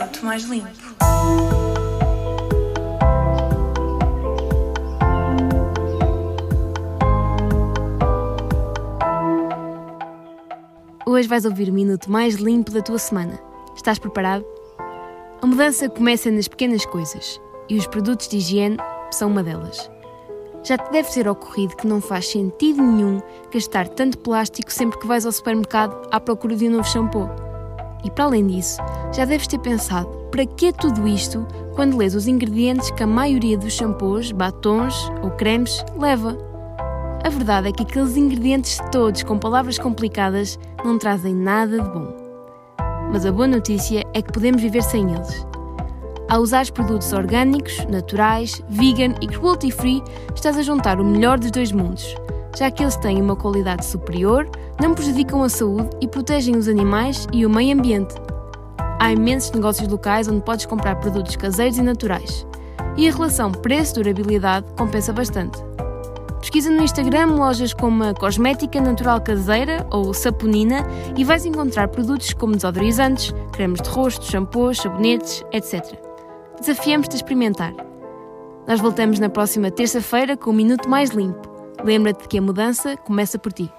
Minuto Mais Limpo. Hoje vais ouvir o minuto mais limpo da tua semana. Estás preparado? A mudança começa nas pequenas coisas e os produtos de higiene são uma delas. Já te deve ter ocorrido que não faz sentido nenhum gastar tanto plástico sempre que vais ao supermercado à procura de um novo shampoo. E para além disso, já deves ter pensado para que tudo isto quando lês os ingredientes que a maioria dos shampoos, batons ou cremes leva. A verdade é que aqueles ingredientes todos com palavras complicadas não trazem nada de bom. Mas a boa notícia é que podemos viver sem eles. Ao usar produtos orgânicos, naturais, vegan e cruelty-free, estás a juntar o melhor dos dois mundos, já que eles têm uma qualidade superior, não prejudicam a saúde e protegem os animais e o meio ambiente. Há imensos negócios locais onde podes comprar produtos caseiros e naturais. E a relação preço-durabilidade compensa bastante. Pesquisa no Instagram lojas como a Cosmética Natural Caseira ou Saponina e vais encontrar produtos como desodorizantes, cremes de rosto, shampoos, sabonetes, etc. Desafiamos-te a experimentar. Nós voltamos na próxima terça-feira com um minuto mais limpo. Lembra-te que a mudança começa por ti.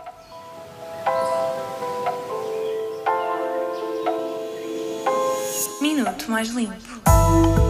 Minuto Mais Limpo.